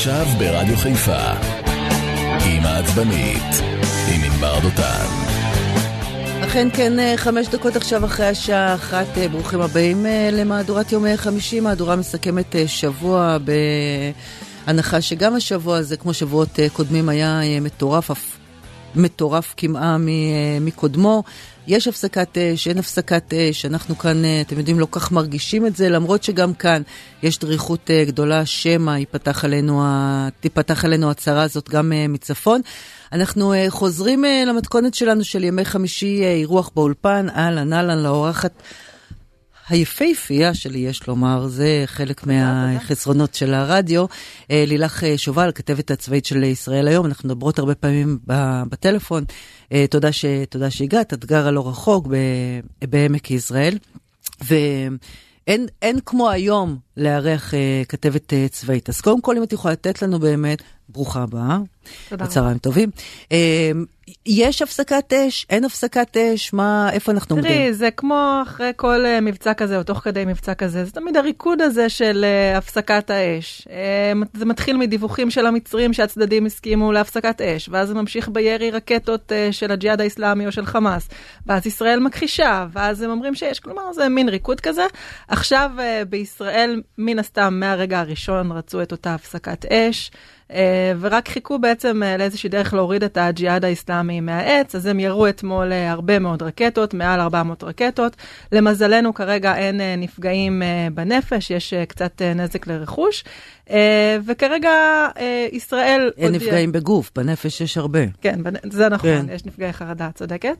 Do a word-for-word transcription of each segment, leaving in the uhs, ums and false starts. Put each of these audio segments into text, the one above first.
עכשיו ברדיו חיפה עם העצבנית, עם ענבר דותן. אכן כן, חמש דקות עכשיו אחרי השעה אחת. ברוכים הבאים למהדורת יום חמישי, מהדורה מסכמת שבוע, בהנחה שגם השבוע הזה, כמו שבועות קודמים, היה מטורף, מטורף כמעה מקודמו. יש הפסקת אש, אין הפסקת אש, אנחנו כאן, אתם יודעים, לא כך מרגישים את זה, למרות שגם כאן יש דריכות גדולה, שמה ייפתח עלינו, תיפתח עלינו הצרה הזאת גם מצפון. אנחנו חוזרים למתכונת שלנו של ימי חמישי, אירוח באולפן, אהלן, אהלן, לאורחת היפהפייה שלי, יש לומר, זה חלק מהחסרונות של הרדיו. לילך שובל, כתבת הצבאית של ישראל היום, אנחנו מדברות הרבה פעמים בטלפון. תודה ש, תודה שהגעת, את גרה לא רחוק בעמק יזרעאל, ואין אין כמו היום לארח כתבת צבאית. אז קודם כל, אם את יכולה לתת לנו באמת, ברוכה הבאה. תודה. בצהריים טובים. יש הפסקת אש, אין הפסקת אש, מה, איפה אנחנו עומדים? תראי, זה כמו אחרי כל מבצע כזה, או תוך כדי מבצע כזה, זה תמיד הריקוד הזה של הפסקת האש. זה מתחיל מדיווחים של המצרים שהצדדים הסכימו להפסקת אש, ואז זה ממשיך בירי רקטות של הג'יהאד האסלאמי או של חמאס, ואז ישראל מכחישה, ואז הם אומרים שיש, כלומר זה מין ריקוד כזה. עכשיו בישראל, מן הסתם, מהרגע הראשון רצו את אותה הפסקת אש, ורק חיכו בעצם לאיזושהי דרך להוריד את הג'יהאד האסלאמי מהעץ, אז הם ירו אתמול הרבה מאוד רקטות, מעל ארבע מאות רקטות. למזלנו כרגע אין נפגעים בנפש, יש קצת נזק לרכוש, וכרגע ישראל... אין נפגעים בגוף, בנפש יש הרבה. כן, זה נכון, יש נפגעי חרדה, צודקת.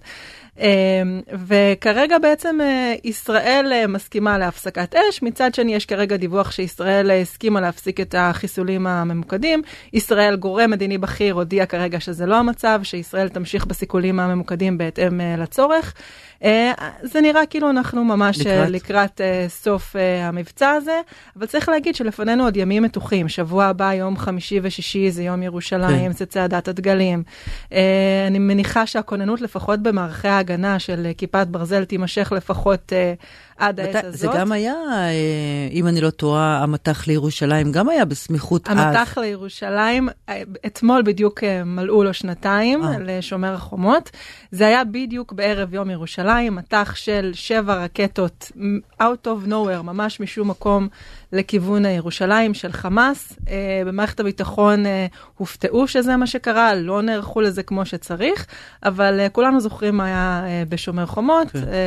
וכרגע בעצם ישראל מסכימה להפסקת אש, מצד שני יש כרגע דיווח שישראל הסכימה להפסיק את החיסולים הממוקדים. ישראל, גורם מדיני בכיר, הודיע כרגע שזה לא המצב, שישראל תמשיך בסיכולים הממוקדים בהתאם לצורך. זה נראה כאילו אנחנו ממש לקראת, לקראת סוף המבצע הזה, אבל צריך להגיד שלפנינו עוד ימים מתוחים. שבוע הבא, יום חמישי ושישי, זה יום ירושלים, זה צעדת הדגלים. אני מניחה שהכוננות לפחות במערכי ההגנה של כיפת ברזל תימשך לפחות עד העת הזאת. זה גם היה, אם אני לא טועה, המתח לירושלים, גם היה בסמיכות אז. המתח לירושלים, אתמול בדיוק מלאו לו שנתיים לשומר החומות. זה היה בדיוק בערב יום ירושלים, מתח של שבע רקטות out of nowhere, ממש משום מקום לכיוון ירושלים של חמאס. במערכת הביטחון הופתעו שזה מה שקרה, לא נערכו לזה כמו שצריך, אבל כולנו זוכרים מה היה בשומר חומות.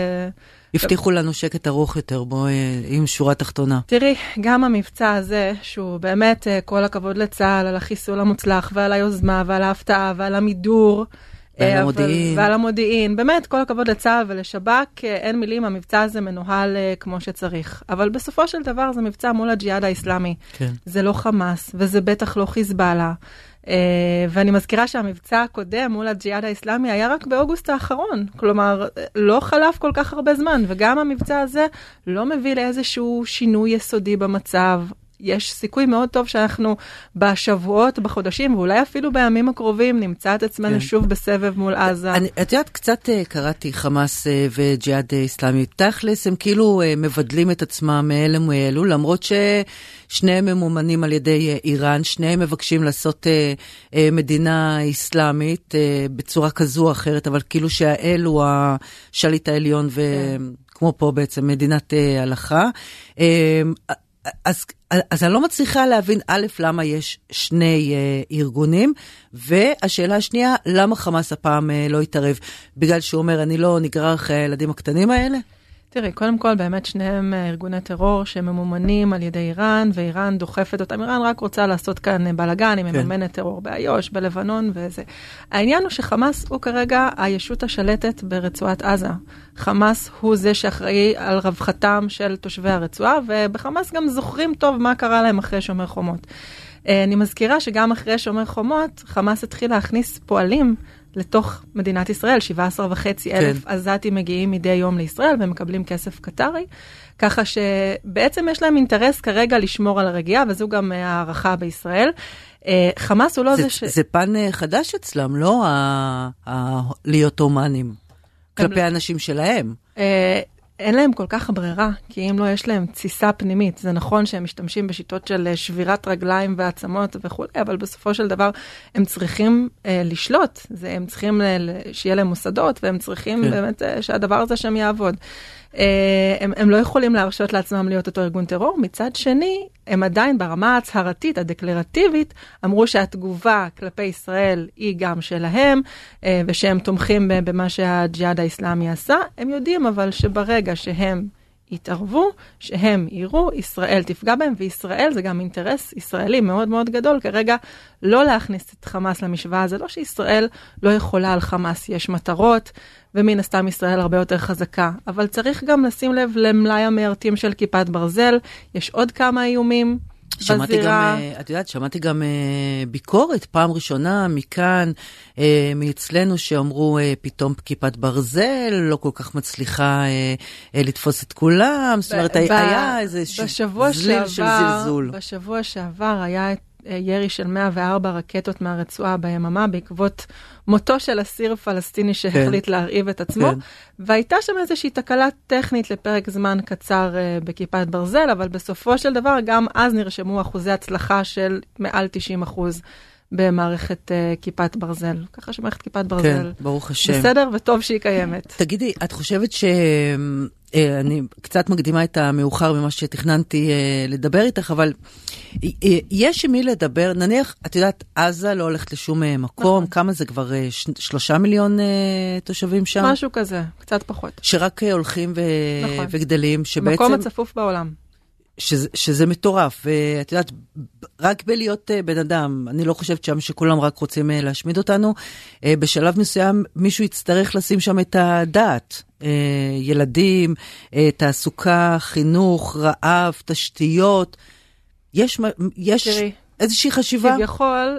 הבטיחו לנו שקט ארוך יותר, בו עם שורה תחתונה. תראי, גם המבצע הזה, שהוא באמת כל הכבוד לצה"ל, על החיסול המוצלח, ועל היוזמה, ועל ההפתעה, ועל המידור, ועל המודיעין. ועל המודיעין. באמת, כל הכבוד לצה"ל ולשב"כ, אין מילים, המבצע הזה מנוהל כמו שצריך. אבל בסופו של דבר זה מבצע מול הג'יהאד האסלאמי. כן. זה לא חמאס, וזה בטח לא חיזבאללה. Uh, ואני מזכירה שהמבצע הקודם מול הג'יהאד האסלאמי היה רק באוגוסט האחרון, כלומר לא חלף כל כך הרבה זמן, וגם המבצע הזה לא מביא לאיזשהו שינוי יסודי במצב. יש סיכוי מאוד טוב שאנחנו בשבועות, בחודשים, ואולי אפילו בימים הקרובים נמצא את עצמנו כן. שוב בסבב מול עזה. אני, את יודעת, קצת קראתי חמאס וג'יהאד האסלאמי, תכלס הם כאילו מבדלים את עצמם מאלה מאלו, למרות ששניהם ממומנים על ידי איראן, שניהם מבקשים לעשות מדינה אסלאמית בצורה כזו או אחרת, אבל כאילו שהאלו השליט העליון וכמו כן. פה בעצם מדינת הלכה. אז, אז אני לא מצליחה להבין א', למה יש שני אה, ארגונים, והשאלה השנייה, למה חמאס הפעם אה, לא יתערב? בגלל שהוא אומר, אני לא נגרר אחרי הילדים הקטנים האלה? תראי, קודם כל, באמת שניהם ארגוני טרור שממומנים על ידי איראן, ואיראן דוחפת אותם. איראן רק רוצה לעשות כאן בלגן, היא מממנת טרור באיו"ש, בלבנון וזה. העניין הוא שחמאס הוא כרגע הישות השלטת ברצועת עזה. חמאס הוא זה שאחראי על רווחתם של תושבי הרצועה, ובחמאס גם זוכרים טוב מה קרה להם אחרי שומר חומות. אני מזכירה שגם אחרי שומר חומות, חמאס התחיל להכניס פועלים לתוך מדינת ישראל, שבעה עשר וחצי אלף עזתים מגיעים מדי יום לישראל ומקבלים כסף קטרי, ככה שבעצם יש להם אינטרס כרגע לשמור על הרגיעה, וזו גם הערכה בישראל. חמאס הוא לא זה, זה ש... זה פן חדש אצלם, לא ה... ה... להיות אומנים, כלפי האנשים שלהם. אין להם כל כך ברירה, כי אם לא יש להם תסיסה פנימית, זה נכון שהם משתמשים בשיטות של שבירת רגליים ועצמות וכו', אבל בסופו של דבר הם צריכים אה, לשלוט, זה, הם צריכים ל- שיהיה להם מוסדות, והם צריכים כן. באמת אה, שהדבר הזה שם יעבוד. אה, הם, הם לא יכולים להרשות לעצמם להיות אותו ארגון טרור, מצד שני, הם עדיין ברמה ההצהרתית, הדקלרטיבית, אמרו שהתגובה כלפי ישראל היא גם שלהם, אה, ושהם תומכים במה שהג'יהאד האסלאמי עשה, הם יודעים אבל שברגע שהם יתערבו, שהם יראו, ישראל תפגע בהם, וישראל זה גם אינטרס ישראלי מאוד מאוד גדול, כרגע לא להכניס את חמאס למשוואה, זה לא שישראל לא יכולה על חמאס, יש מטרות, ומן הסתם ישראל הרבה יותר חזקה, אבל צריך גם לשים לב למלאי המארתים של כיפת ברזל, יש עוד כמה איומים, שמעתי גם, את יודעת, שמעתי גם ביקורת, פעם ראשונה מכאן, מאצלנו שאמרו פתאום כיפת ברזל, לא כל כך מצליחה לתפוס את כולם, זאת אומרת, היה איזה זליל של זלזול. בשבוע שעבר היה את ירי של מאה וארבע רקטות מהרצועה ביממה, בעקבות מותו של אסיר פלסטיני שהחליט להרעיב את עצמו, והייתה שם איזושהי תקלה טכנית לפרק זמן קצר בכיפת ברזל, אבל בסופו של דבר גם אז נרשמו אחוזי הצלחה של מעל תשעים אחוז במערכת כיפת ברזל. ככה שמערכת כיפת ברזל. כן, ברוך השם. בסדר וטוב שהיא קיימת. תגידי, את חושבת ש... אני קצת מקדימה את המאוחר ממה שתכננתי לדבר איתך, אבל יש עם מי לדבר, נניח, את יודעת, עזה לא הולכת לשום מקום, כמה זה כבר שלושה מיליון תושבים שם? משהו כזה, קצת פחות. שרק הולכים וגדלים, שבעצם... מקום הצפוף בעולם. שזה, שזה מטורף, ואת יודעת, רק בלהיות בן אדם, אני לא חושבת שם שכולם רק רוצים להשמיד אותנו, בשלב מסוים מישהו יצטרך לשים שם את הדעת, ילדים, תעסוקה, חינוך, רעב, תשתיות, יש, יש תראי, איזושהי חשיבה? כביכול,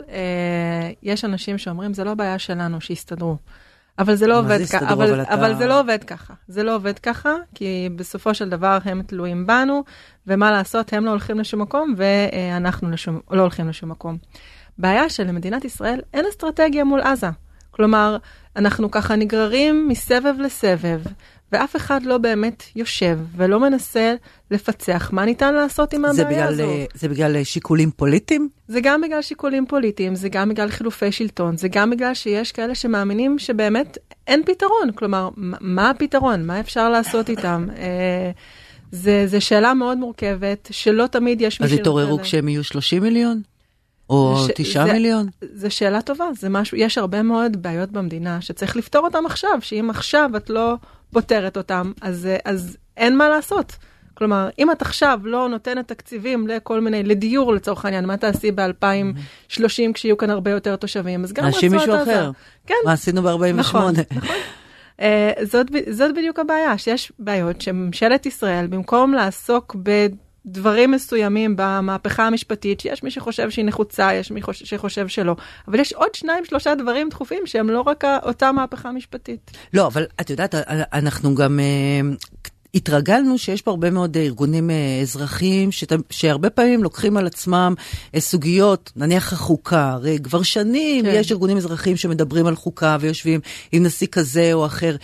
יש אנשים שאומרים, זה לא בעיה שלנו, שיסתדרו. אבל זה לא עובד ככה, אבל, אבל, אתה... אבל זה לא עובד ככה. זה לא עובד ככה, כי בסופו של דבר הם תלויים בנו, ומה לעשות, הם לא הולכים לשום מקום, ואנחנו לשום, לא הולכים לשום מקום. בעיה שלמדינת ישראל אין אסטרטגיה מול עזה. כלומר, אנחנו ככה נגררים מסבב לסבב, ואף אחד לא באמת יושב ולא מנסה לפצח מה ניתן לעשות עם הבעיה בגלל, הזו. זה בגלל שיקולים פוליטיים? זה גם בגלל שיקולים פוליטיים, זה גם בגלל חילופי שלטון, זה גם בגלל שיש כאלה שמאמינים שבאמת אין פתרון. כלומר, מה הפתרון? מה אפשר לעשות איתם? זה, זה שאלה מאוד מורכבת, שלא תמיד יש אז התעוררו כשהם יהיו שלושים מיליון? או ש... תשעה זה, מיליון? זה שאלה טובה, זה משהו, יש הרבה מאוד בעיות במדינה שצריך לפתור אותם עכשיו, שאם עכשיו את לא פותרת אותם, אז, אז אין מה לעשות. כלומר, אם את עכשיו לא נותנת תקציבים לכל מיני, לדיור לצורך העניין, מה תעשי ב-אלפיים ושלושים כשיהיו כאן הרבה יותר תושבים? אז גם אנשים מישהו אחר. כן. מה עשינו ב-ארבעים ושמונה? נכון, נכון. Uh, זאת, זאת בדיוק הבעיה, שיש בעיות שממשלת ישראל, במקום לעסוק בדברים מסוימים במהפכה המשפטית, שיש מי שחושב שהיא נחוצה, יש מי שחושב שלא, אבל יש עוד שניים, שלושה דברים דחופים שהם לא רק אותה מהפכה משפטית. לא, אבל את יודעת, אנחנו גם... התרגלנו שיש פה הרבה מאוד ארגונים אזרחיים, שהרבה פעמים לוקחים על עצמם סוגיות, נניח החוקה, הרי כבר שנים כן. יש ארגונים אזרחיים שמדברים על חוקה, ויושבים עם נשיא כזה או אחר,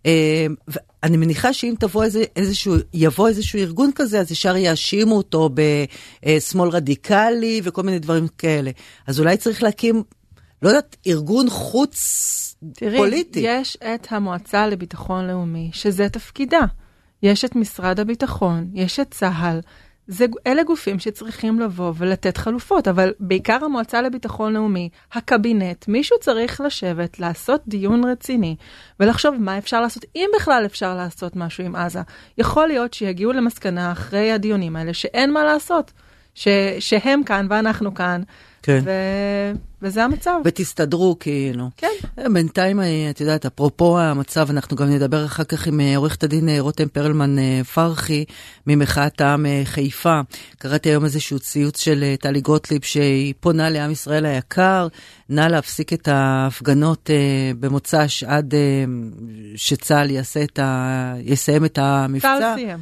אני מניחה שאם תבוא איזה, איזשהו, יבוא איזשהו ארגון כזה, אז ישר יאשימו אותו בשמאל רדיקלי, וכל מיני דברים כאלה. אז אולי צריך להקים, לא יודעת, ארגון חוץ תראי, פוליטי. יש את המועצה לביטחון לאומי, שזה תפקידה. יש את משרד הביטחון, יש את צהל, זה, אלה גופים שצריכים לבוא ולתת חלופות, אבל בעיקר המועצה לביטחון לאומי, הקבינט, מישהו צריך לשבת, לעשות דיון רציני, ולחשוב מה אפשר לעשות, אם בכלל אפשר לעשות משהו עם עזה. יכול להיות שיגיעו למסקנה אחרי הדיונים האלה, שאין מה לעשות, ש, שהם כאן ואנחנו כאן, כן. ו... וזה המצב. ותסתדרו כאילו. כן. בינתיים, את יודעת, אפרופו המצב, אנחנו גם נדבר אחר כך עם עורכת הדין רותם פרלמן פרחי, ממחאת העם חיפה. קראתי היום איזשהו ציוץ של טלי גוטליב, שהיא פונה לעם ישראל היקר, נא להפסיק את ההפגנות במוצ"ש, עד שצה"ל יעשה את ה... יסיים את המבצע. צה"ל סיים.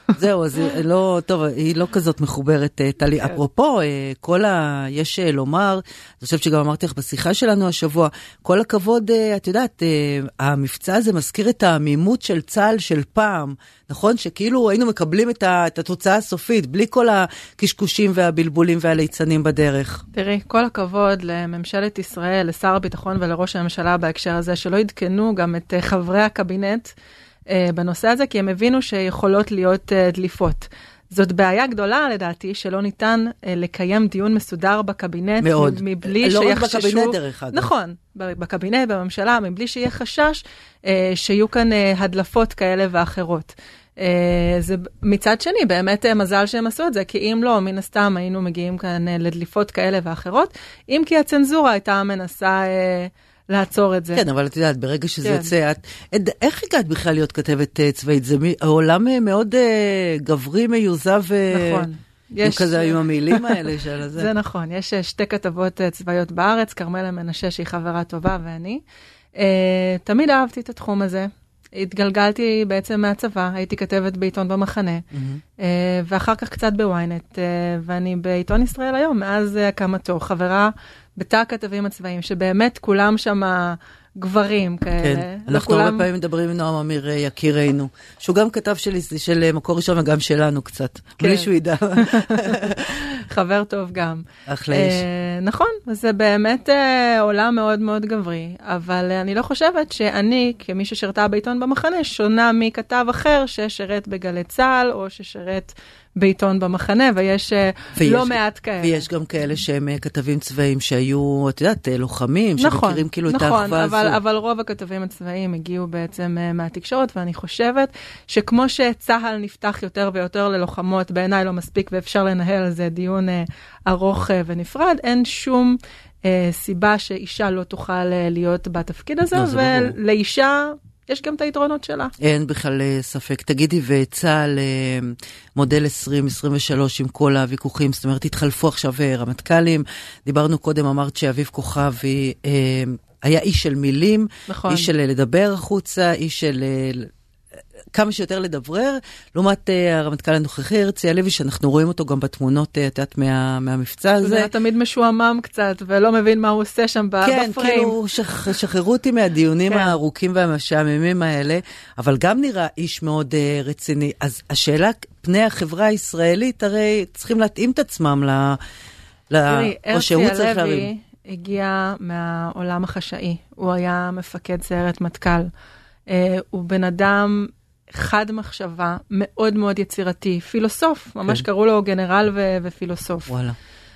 זהו, אז לא, טוב, היא לא כזאת מחוברת, טלי. אפרופו, כל ה... יש לומר, אני חושבת שגם אמרתי לך בשיחה שלנו השבוע, כל הכבוד, את יודעת, המבצע הזה מזכיר את העמימות של צה"ל של פעם, נכון? שכאילו היינו מקבלים את, ה... את התוצאה הסופית, בלי כל הקשקושים והבלבולים והליצנים בדרך. תראי, כל הכבוד לממשלת ישראל, לשר הביטחון ולראש הממשלה בהקשר הזה, שלא ידכנו גם את חברי הקבינט, בנושא הזה, כי הם הבינו שיכולות להיות דליפות. זאת בעיה גדולה, לדעתי, שלא ניתן לקיים דיון מסודר בקבינט, מאוד. מבלי לא שיחששו... רק בקבינט דרך אגב. נכון, בקבינט, בממשלה, מבלי שיהיה חשש שיהיו כאן הדלפות כאלה ואחרות. זה מצד שני, באמת מזל שהם עשו את זה, כי אם לא, מן הסתם היינו מגיעים כאן לדליפות כאלה ואחרות, אם כי הצנזורה הייתה מנסה... לעצור את זה. כן, אבל את יודעת, ברגע שזה יוצא, איך הגעת בכלל להיות כתבת צבאית? זה העולם מאוד גברי, מיוזב, נכון. עם כזה, עם המילים האלה של זה. זה נכון, יש שתי כתבות צבאיות בארץ, כרמלה מנשה שהיא חברה טובה ואני. תמיד אהבתי את התחום הזה. התגלגלתי בעצם מהצבא, הייתי כתבת בעיתון במחנה, ואחר כך קצת בוויינט, ואני בעיתון ישראל היום, מאז הקמתו, חברה בתא הכתבים הצבאיים, שבאמת כולם שם גברים כאלה. כן, אנחנו הרבה פעמים מדברים עם נועם אמיר יקירנו, שהוא גם כתב של מקור ראשון וגם שלנו קצת, בלי שהוא ידע. חבר טוב גם. אחלה איש. נכון, זה באמת עולם מאוד מאוד גברי, אבל אני לא חושבת שאני, כמי ששרתה בעיתון במחנה, שונה מכתב אחר ששרת בגלי צהל, או ששרת בעיתון במחנה, ויש, ויש לא מעט כאלה. ויש גם כאלה שהם כתבים צבאיים שהיו, את יודעת, לוחמים, נכון, שמכירים כאילו נכון, את האחווה אבל, הזו. אבל רוב הכתבים הצבאיים הגיעו בעצם מהתקשורת, ואני חושבת שכמו שצהל נפתח יותר ויותר ללוחמות, בעיניי לא מספיק, ואפשר לנהל על זה דיון ארוך ונפרד, אין שום סיבה שאישה לא תוכל להיות בתפקיד הזה, לא, ולאישה... יש גם את היתרונות שלה. אין בכלל ספק. תגידי, וצהל מודל עשרים עשרים ושלוש עם כל הוויכוחים, זאת אומרת, התחלפו עכשיו רמטכ"לים, דיברנו קודם, אמרת שאביב כוכבי היה איש של מילים, נכון. איש של לדבר החוצה, איש של... כמה שיותר לדברר, לעומת uh, הרמטכ"ל הנוכחי, הרצי הלוי, שאנחנו רואים אותו גם בתמונות, uh, תת, מה, מהמבצע הזה. הוא תמיד משועמם קצת, ולא מבין מה הוא עושה שם בפריים. כן, כאילו, שח, שחררו אותי מהדיונים כן. הארוכים והמשעממים האלה, אבל גם נראה איש מאוד uh, רציני. אז השאלה, פני החברה הישראלית, הרי צריכים להתאים את עצמם ל... תראי, הרצי הלוי הגיע מהעולם החשאי. הוא היה מפקד סיירת מטכ"ל. Uh, הוא בן אדם... חד מחשבה, מאוד מאוד יצירתי, פילוסוף, ממש קראו לו גנרל ו- ופילוסוף. וואלה.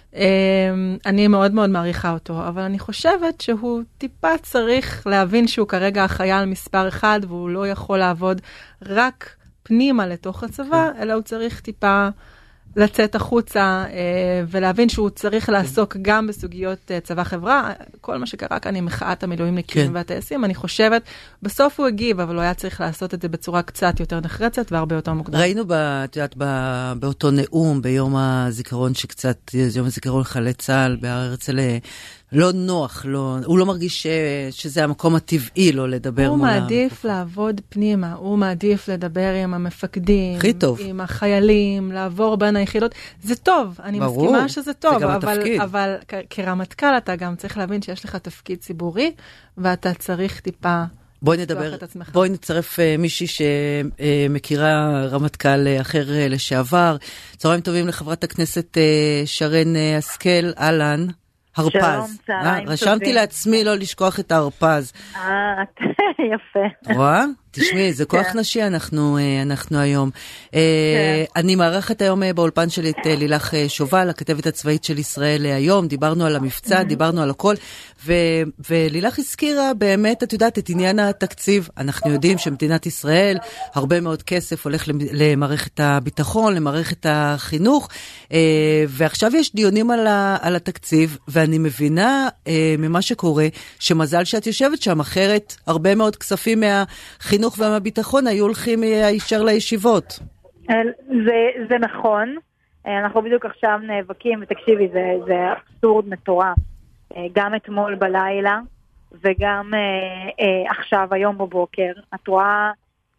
אני מאוד מאוד מעריכה אותו, אבל אני חושבת שהוא טיפה צריך להבין שהוא כרגע החייל מספר אחד, והוא לא יכול לעבוד רק פנימה לתוך הצבא, אלא הוא צריך טיפה לצאת החוצה ולהבין שהוא צריך לעסוק גם בסוגיות צבא חברה. כל מה שקרה כאן עם מחאת המילואימניקים והטייסים, אני חושבת, בסוף הוא הגיב, אבל הוא היה צריך לעשות את זה בצורה קצת יותר נחרצת והרבה יותר מוקדם. ראינו, את יודעת, באותו נאום, ביום הזיכרון שקצת, יום הזיכרון חיילי צה"ל, בהר הרצל, לא נוח, לא, הוא לא מרגיש ש, שזה המקום הטבעי לו לדבר הוא מול מעדיף המקום. לעבוד פנימה, הוא מעדיף לדבר עם המפקדים, הכי טוב. עם החיילים, לעבור בין היחידות. זה טוב, אני ברור, מסכימה שזה טוב, זה גם אבל, התפקיד. אבל כרמטכ"ל אתה גם צריך להבין שיש לך תפקיד ציבורי, ואתה צריך טיפה... בואי נדבר, בואי נצרף uh, מישהי שמכירה uh, רמטכ"ל uh, אחר uh, לשעבר. צהריים טובים לחברת הכנסת uh, שרן uh, השכל, אלן. הרפז. שלום, צהריים טובים. רשמתי לעצמי לא לשכוח את ההרפז. אה, יפה. רואה? תשמעי, זה כוח נשי אנחנו, אנחנו היום. אני מערכת היום באולפן שלי את לילך שובל, הכתבת הצבאית של ישראל היום, דיברנו על המבצע, דיברנו על הכל, ולילך הזכירה באמת, את יודעת, את עניין התקציב. אנחנו יודעים שמדינת ישראל, הרבה מאוד כסף הולך למערכת הביטחון, למערכת החינוך, ועכשיו יש דיונים על התקציב, ואני מבינה ממה שקורה, שמזל שאת יושבת שם, אחרת הרבה מאוד כספים מהחינוך, ומהביטחון היו הולכים הישר לישיבות. זה, זה נכון. אנחנו בדיוק עכשיו נאבקים, ותקשיבי, זה, זה אבסורד מטורף. גם אתמול בלילה, וגם עכשיו, היום בבוקר, את רואה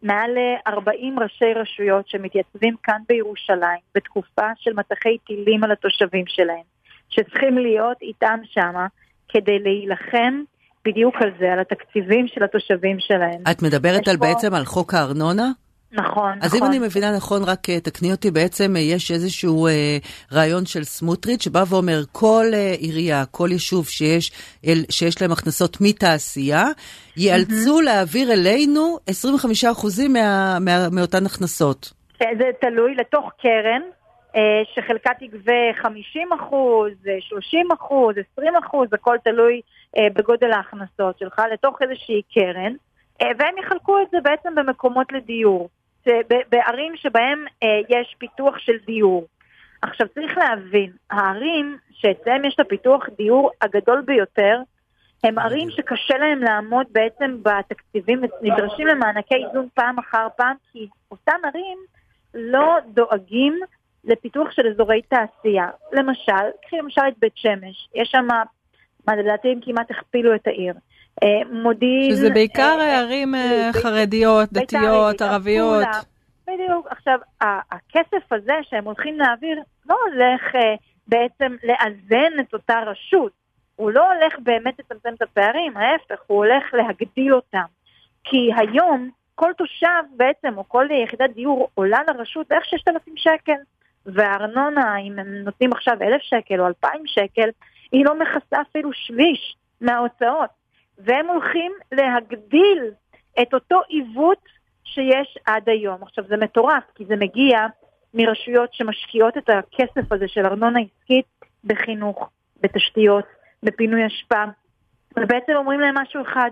מעל ארבעים ראשי רשויות שמתייצבים כאן בירושלים, בתקופה של מטחי טילים על התושבים שלהם, שצריכים להיות איתם שמה, כדי להילחם בדיוק על זה, על התקציבים של התושבים שלהם. את מדברת על פה... בעצם על חוק הארנונה? נכון, אז נכון. אם אני מבינה נכון, רק תקני אותי, בעצם יש איזשהו אה, רעיון של סמוטריץ' שבא ואומר, כל אה, עירייה, כל יישוב שיש, אל, שיש להם הכנסות מתעשייה, ייאלצו mm-hmm. להעביר אלינו עשרים וחמישה אחוז מה, מה, מאותן הכנסות. זה תלוי לתוך קרן, אה, שחלקה תגבה חמישים אחוז, שלושים אחוז, עשרים אחוז, הכל תלוי אה, בגודל ההכנסות שלך, לתוך איזושהי קרן, אה, והם יחלקו את זה בעצם במקומות לדיור. בערים שבהם אה, יש פיתוח של דיור. עכשיו צריך להבין, הערים שאצלם יש את הפיתוח דיור הגדול ביותר, הם ערים שקשה להם לעמוד בעצם בתקציבים, נדרשים למענקי איזון פעם אחר פעם, כי אותם ערים לא דואגים לפיתוח של אזורי תעשייה. למשל, קחי למשל את בית שמש, יש שם, מה לדעתי הם כמעט הכפילו את העיר. מודיעין... שזה בעיקר ערים חרדיות, דתיות, ערביות. בדיוק. עכשיו, הכסף הזה שהם הולכים להעביר לא הולך בעצם לאזן את אותה רשות. הוא לא הולך באמת לצמצם את הפערים, ההפך, הוא הולך להגדיל אותם. כי היום כל תושב בעצם, או כל יחידת דיור עולה לרשות בערך ששת אלפים שקל. והארנונה, אם הם נותנים עכשיו אלף שקל או אלפיים שקל, היא לא מכסה אפילו שליש מההוצאות. והם הולכים להגדיל את אותו עיוות שיש עד היום. עכשיו זה מטורף, כי זה מגיע מרשויות שמשקיעות את הכסף הזה של ארנונה עסקית בחינוך, בתשתיות, בפינוי אשפה. ובעצם אומרים להם משהו אחד,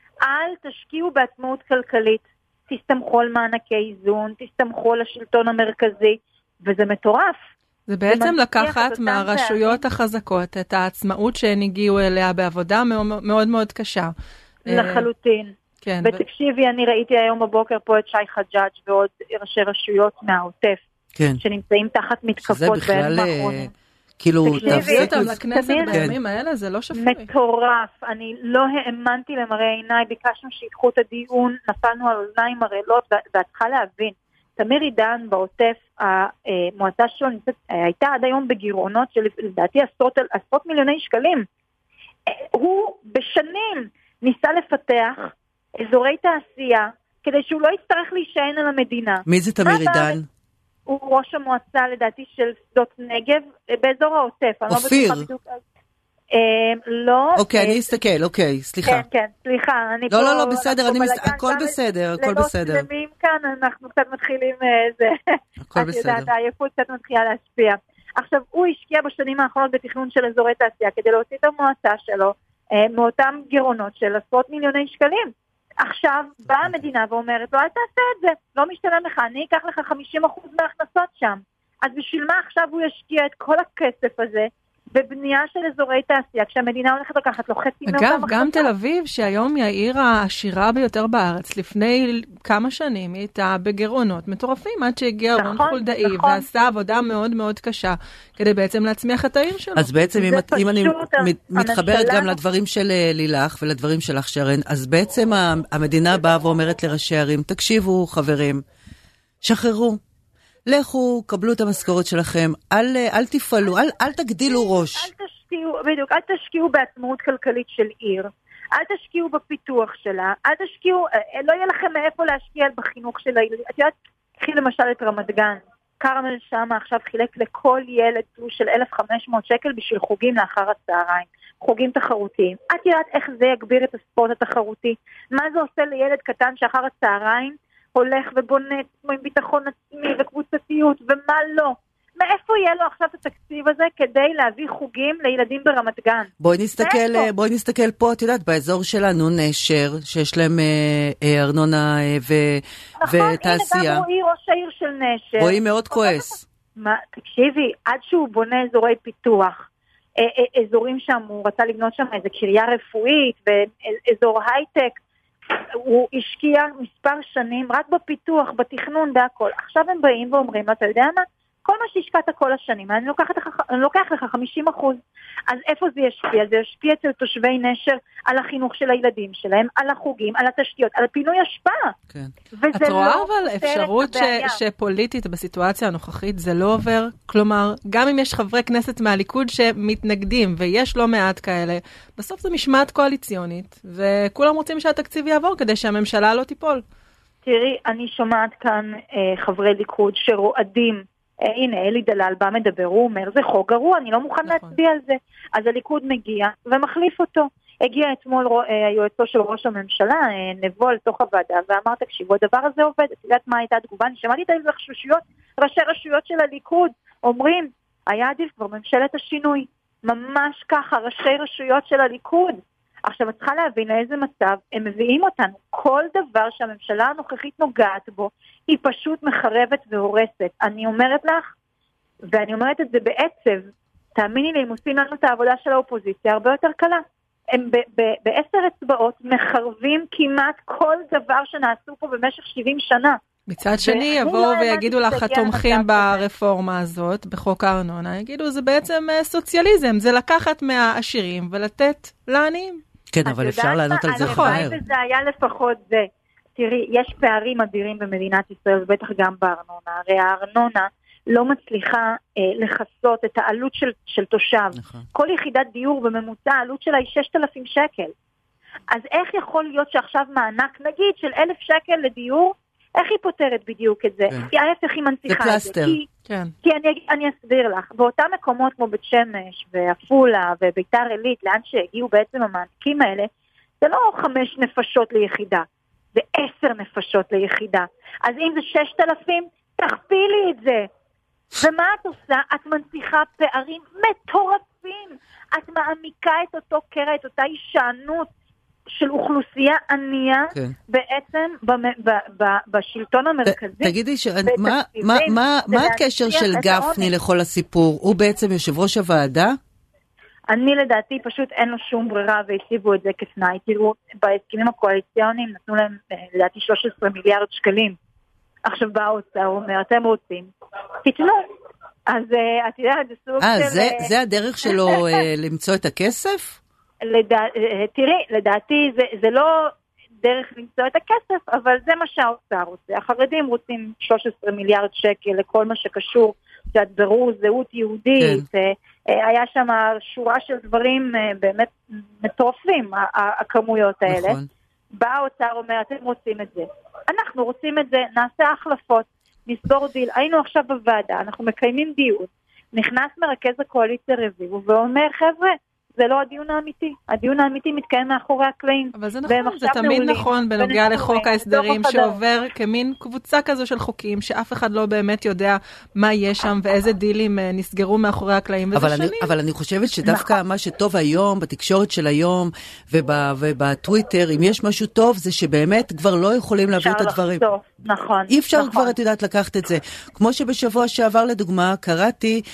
אל תשקיעו בעצמאות כלכלית, תסתמכו על מענקי איזון, תסתמכו על השלטון המרכזי, וזה מטורף. זה בעצם לקחת מהרשויות החזקות את העצמאות שהן הגיעו אליה בעבודה מאוד מאוד קשה. לחלוטין. כן. ותקשיבי, אני ראיתי היום בבוקר פה את שי חג'אג' ועוד ראשי רשויות מהעוטף, כן. שנמצאים תחת מתקפות בימים האחרונים. כאילו, תביא אותם לכנסת בימים האלה, זה לא שפוי. מטורף. אני לא האמנתי למראה עיניי, ביקשנו שיקחו את הדיון, נפלנו על אוזניים ערלות, ואת צריכה להבין. תמיר עידן בעוטף, המועצה שלו הייתה עד היום בגירעונות של לדעתי עשרות, עשרות מיליוני שקלים. הוא בשנים ניסה לפתח אזורי תעשייה, כדי שהוא לא יצטרך להישען על המדינה. מי זה תמיר עידן? הוא ראש המועצה לדעתי של שדות נגב, באזור העוטף. אופיר. לא. אוקיי, אני אסתכל, אוקיי, סליחה. כן, כן, סליחה, אני פה... לא, לא, לא, בסדר, הכל בסדר, הכל בסדר. ללא שלמים כאן, אנחנו קצת מתחילים זה. הכל בסדר. את יודעת, העייפות קצת מתחילה להשפיע. עכשיו, הוא השקיע בשנים האחרונות בתכנון של אזורי תעשייה, כדי להוציא את המועצה שלו, מאותם גירעונות של עשרות מיליוני שקלים. עכשיו, באה המדינה ואומרת לו, אל תעשה את זה, לא משתלם לך, אני אקח לך חמישים אחוז מההכנסות שם. אז בשביל מה עכשיו הוא ישקיע את כל הכסף הזה, בבנייה של אזורי תעשייה, כשהמדינה הולכת לקחת לו חצי מאותם אגב, גם תל אביב, שהיום היא העיר העשירה ביותר בארץ, לפני כמה שנים היא הייתה בגירעונות מטורפים, עד שהגיע רון חולדאי, ועשה עבודה מאוד מאוד קשה, כדי בעצם להצמיח את העיר שלו. אז בעצם, אם אני מתחברת גם לדברים של לילך, ולדברים שלך שרן, אז בעצם המדינה באה ואומרת לראשי ערים, תקשיבו חברים, שחררו. לכו, קבלו את המשכורת שלכם, אל, אל תפעלו, אל, אל תגדילו ראש. אל תשקיעו, בדיוק, אל תשקיעו בעצמאות כלכלית של עיר, אל תשקיעו בפיתוח שלה, אל תשקיעו, לא יהיה לכם מאיפה להשקיע בחינוך של הילדים. את יודעת, קחי למשל את רמת גן, קרמל שם עכשיו חילק לכל ילד תלוש של אלף וחמש מאות שקל בשביל חוגים לאחר הצהריים, חוגים תחרותיים. את יודעת איך זה יגביר את הספורט התחרותי? מה זה עושה לילד קטן שאחר הצהריים הולך ובונה עם ביטחון עצמי וקבוצתיות ומה לא? מאיפה יהיה לו עכשיו את התקציב הזה כדי להביא חוגים לילדים ברמת גן? בואי נסתכל, בואי נסתכל פה, את יודעת, באזור שלנו נשר, שיש להם אה, אה, ארנונה אה, ו, נכון, ותעשייה. הנה גם רואי ראש העיר של נשר. רואי מאוד כועס. מה, תקשיבי, עד שהוא בונה אזורי פיתוח, אה, אה, אזורים שם, הוא רצה לבנות שם איזה קריה רפואית ואזור הייטק, הוא השקיע מספר שנים רק בפיתוח, בתכנון, בהכל. עכשיו הם באים ואומרים, אתה יודע מה? כל מה שהשקעת כל השנים, אני לוקחת לך, אני לוקח לך חמישים אחוז. אז איפה זה ישפיע? זה ישפיע אצל תושבי נשר על החינוך של הילדים שלהם, על החוגים, על התשתיות, על פינוי השפעה. כן. את רואה לא אבל אפשרות ש- שפוליטית בסיטואציה הנוכחית זה לא עובר? כלומר, גם אם יש חברי כנסת מהליכוד שמתנגדים, ויש לא מעט כאלה, בסוף זה משמעת קואליציונית, וכולם רוצים שהתקציב יעבור כדי שהממשלה לא תיפול. תראי, אני שומעת כאן אה, חברי ליכוד שרועדים, אה, הנה, אלי דלל בא מדבר, הוא אומר, זה חוק גרוע, אני לא מוכן נכון. להצביע על זה. אז הליכוד מגיע ומחליף אותו. הגיע אתמול אה, היועצו של ראש הממשלה, אה, נבוא לתוך הוועדה, ואמר, תקשיבו, הדבר הזה עובד. את יודעת מה הייתה התגובה? אני שמעתי את ההתרחשויות, ראשי רשויות של הליכוד, אומרים, היה עדיף כבר ממשלת השינוי. ממש ככה, ראשי רשויות של הליכוד. עכשיו, את צריכה להבין לאיזה מצב הם מביאים אותנו. כל דבר שהממשלה הנוכחית נוגעת בו, היא פשוט מחרבת והורסת. אני אומרת לך, ואני אומרת את זה בעצב, תאמיני לי, הם עושים לנו את העבודה של האופוזיציה הרבה יותר קלה. הם ב- ב- בעשר אצבעות מחרבים כמעט כל דבר שנעשו פה במשך שבעים שנה. מצד שני יבואו ויגידו לך התומכים ברפורמה הזאת, בחוק הארנונה, יגידו זה בעצם סוציאליזם, זה לקחת מהעשירים ולתת לעניים. כן, אבל אפשר לענות על זה מהר. זה היה לפחות זה. תראי, יש פערים אדירים במדינת ישראל, בטח גם בארנונה. הרי הארנונה לא מצליחה אה, לחסות את העלות של, של תושב. נכון. כל יחידת דיור בממוצע, העלות שלה היא ששת אלפים שקל. אז איך יכול להיות שעכשיו מענק, נגיד, של אלף שקל לדיור, איך היא פותרת בדיוק את זה? כן. כי ההפך היא מנציחה את זה. כי, כן. כי אני, אני אסביר לך, באותם מקומות כמו בית שמש ואפולה וביתר עילית, לאן שהגיעו בעצם המענקים האלה, זה לא חמש נפשות ליחידה, זה עשר נפשות ליחידה. אז אם זה ששת אלפים, תכפילי את זה. ומה את עושה? את מנציחה פערים מטורפים. את מעמיקה את אותו קרע, את אותה הישענות של אוכלוסייה ענייה, כן. בעצם ב, ב, ב, בשלטון המרכזי. תגידי, ש... מה, מה, מה, מה הקשר של גפני לכל הסיפור? הוא בעצם יושב ראש הוועדה? אני לדעתי פשוט אין לו שום ברירה והציבו את זה כתנאי. תראו, בהסכמים הקואליציוניים נתנו להם לדעתי שלושה עשר מיליארד שקלים. עכשיו בא האוצר, הוא אומר, אתם רוצים, תתנו. אז את יודעת, זה סוג 아, של... זה, זה הדרך שלו למצוא את הכסף? לדע... תראי, לדעתי זה, זה לא דרך למצוא את הכסף, אבל זה מה שהאוצר רוצה. החרדים רוצים שלושה עשר מיליארד שקל לכל מה שקשור, שאת ברור זהות יהודית, כן. היה שם שורה של דברים באמת מטורפים, הכמויות האלה. נכון. בא האוצר אומר, אתם רוצים את זה. אנחנו רוצים את זה, נעשה החלפות, נסגור דיל. היינו עכשיו בוועדה, אנחנו מקיימים דיון, נכנס מרכז הקואליציה רביבו ואומר, חבר'ה, זה לא הדיון האמיתי. הדיון האמיתי מתקיים מאחורי הקלעים. אבל זה נכון, זה תמיד נכון בנוגע לחוק ההסדרים שעובר כמין קבוצה כזו של חוקים, שאף אחד לא באמת יודע מה יש שם ואיזה דילים נסגרו מאחורי הקלעים, וזה שנים. אבל אני חושבת שדווקא מה שטוב היום, בתקשורת של היום ובטוויטר, אם יש משהו טוב, זה שבאמת כבר לא יכולים להעביר את הדברים. נכון. אי אפשר כבר, את יודעת, לקחת את זה. כמו שבשבוע שעבר, לדוגמה, קראתי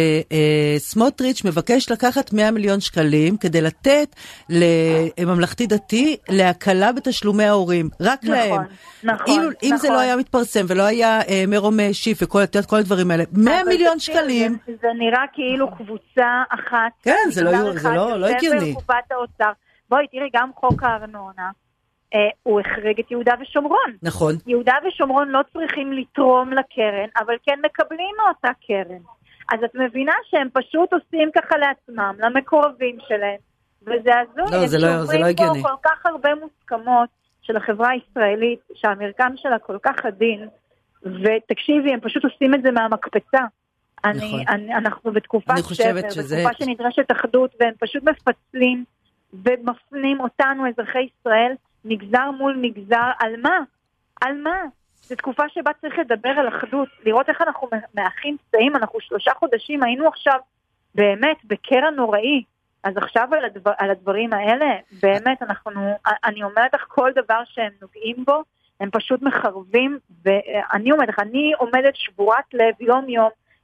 שסמוטריץ' מבקש לקחת מאה מיליון שקלים כדי לתת לממלכתי דתי להקלה בתשלומי ההורים. רק נכון, להם. נכון, אם, נכון. אם זה לא היה מתפרסם ולא היה אה, מרום שיף וכל כל הדברים האלה, מאה מיליון שקלים. זה, זה נראה כאילו קבוצה אחת. כן, זה לא, זה לא, לא הגיוני. בואי, תראי, גם חוק הארנונה, אה, הוא החריג את יהודה ושומרון. נכון. יהודה ושומרון לא צריכים לתרום לקרן, אבל כן מקבלים מאותה קרן. אז את מבינה שהם פשוט עושים ככה לעצמם, למקורבים שלהם, וזה הזוי. לא, זה לא, זה לא הגיוני. כל כך הרבה מוסכמות של החברה הישראלית, שהמרקם שלה כל כך עדין, ותקשיבי, הם פשוט עושים את זה מהמקפצה. אני, נכון. אני, אנחנו בתקופה שבר, שזה... בתקופה שנדרשת אחדות, והם פשוט מפצלים ומפנים אותנו, אזרחי ישראל, מגזר מול מגזר, על מה? על מה? זו תקופה שבה צריך לדבר על אחדות, לראות איך אנחנו מאחים פצעים, אנחנו שלושה חודשים, היינו עכשיו באמת בקרע נוראי, אז עכשיו על, הדבר, על הדברים האלה, באמת אנחנו, אני אומרת לך, כל דבר שהם נוגעים בו, הם פשוט מחרבים, ואני אומרת לך, אני עומדת שבורת לב יום יום,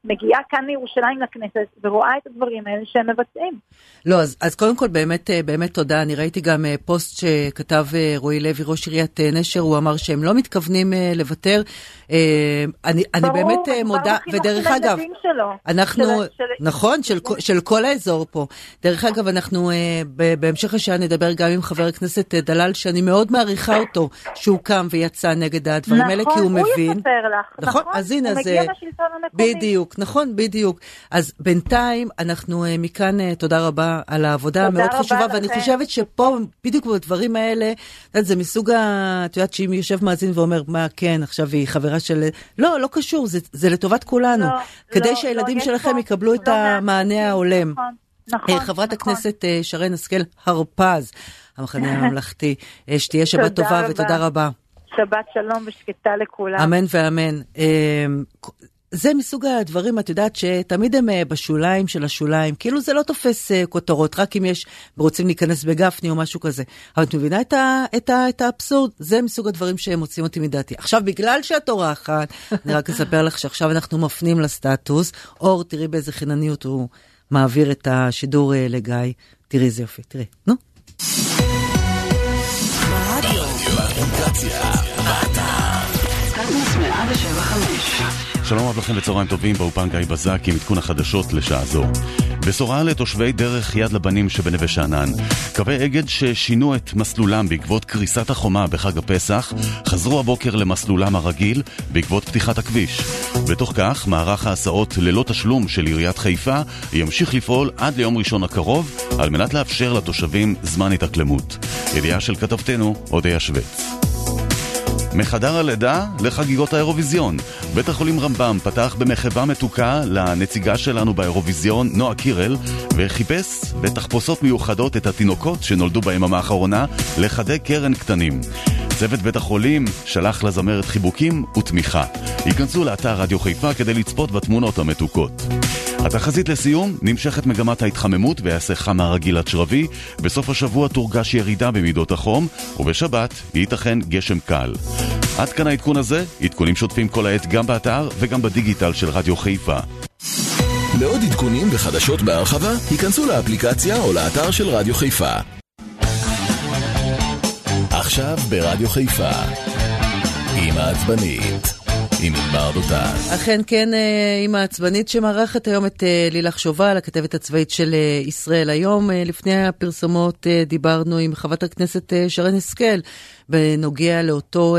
מגיעה כאן לירושלים לכנסת ורואה את הדברים האלה שהם מבצעים. לא, אז, אז קודם כל באמת, באמת תודה. אני ראיתי גם פוסט שכתב רועי לוי, ראש עיריית נשר, הוא אמר שהם לא מתכוונים לוותר. אני, אני ברור, באמת מודה, ודרך אגב, אנחנו, של, של... נכון, של, של כל האזור פה. דרך אגב, אנחנו בהמשך השעה נדבר גם עם חבר הכנסת דלל, שאני מאוד מעריכה אותו, שהוא קם ויצא נגד הדברים נכון, האלה, כי הוא מבין. נכון, הוא יספר לך. נכון, נכון, אז הנה, הוא אז, מגיע לשלטון המקומי. בדיוק, נכון, בדיוק. אז בינתיים אנחנו מכאן, תודה רבה על העבודה המאוד חשובה, ואני חושבת שפה, בדיוק בדברים האלה, זה מסוג, את יודעת, שאם יושב מאזין ואומר, מה, כן, עכשיו היא חברה של... לא, לא קשור, זה, זה לטובת כולנו. לא, כדי לא, שהילדים לא, שלכם יקבלו לא את המענה ההולם. נכון, נכון. חברת נכון. הכנסת שרן השכל הרפז, המחנה הממלכתי, שתהיה שבת טובה רבה. ותודה רבה. שבת שלום ושקטה לכולם. אמן ואמן. זה מסוג הדברים, את יודעת, שתמיד הם בשוליים של השוליים, כאילו זה לא תופס כותרות, רק אם יש, רוצים להיכנס בגפני או משהו כזה. אבל את מבינה את, ה, את, ה, את האבסורד? זה מסוג הדברים שהם מוצאים אותי מדעתי. עכשיו, בגלל שאת אורחת, אני רק אספר לך שעכשיו אנחנו מפנים לסטטוס, אור, תראי באיזה חינניות הוא מעביר את השידור לגיא, תראי איזה יופי, תראי, נו. שלום רב לכם וצהריים טובים, באופן גיא בזק עם עדכון החדשות לשעה זו. בשורה לתושבי דרך יד לבנים שבנווה שאנן. קווי אגד ששינו את מסלולם בעקבות קריסת החומה בחג הפסח, חזרו הבוקר למסלולם הרגיל בעקבות פתיחת הכביש. בתוך כך, מערך ההסעות ללא תשלום של עיריית חיפה ימשיך לפעול עד ליום ראשון הקרוב, על מנת לאפשר לתושבים זמן התאקלמות. ידיעה של כתבתנו, אודיה שווץ. מחדר הלידה לחגיגות האירוויזיון. בית החולים רמב"ם פתח במחווה מתוקה לנציגה שלנו באירוויזיון, נועה קירל, וחיפש בתחפושות מיוחדות את התינוקות שנולדו ביממה האחרונה לחדי קרן קטנים. צוות בית החולים שלח לזמרת חיבוקים ותמיכה. ייכנסו לאתר רדיו חיפה כדי לצפות בתמונות המתוקות. התחזית לסיום, נמשכת מגמת ההתחממות ויעשה חם הרגיל עד שרבי, בסוף השבוע תורגש ירידה במידות החום, ובשבת ייתכן גשם קל. עד כאן העדכון הזה, עדכונים שוטפים כל העת גם באתר וגם בדיגיטל של רדיו חיפה. לעוד עדכונים וחדשות בהרחבה, היכנסו לאפליקציה או לאתר של רדיו חיפה. עכשיו ברדיו חיפה, עם העצבנית. עם ענבר דותן. אכן כן, עם העצבנית שמערכת היום את לילך שובל, הכתבת הצבאית של ישראל היום. לפני הפרסומות דיברנו עם חברת הכנסת שרן השכל, בנוגע לאותו,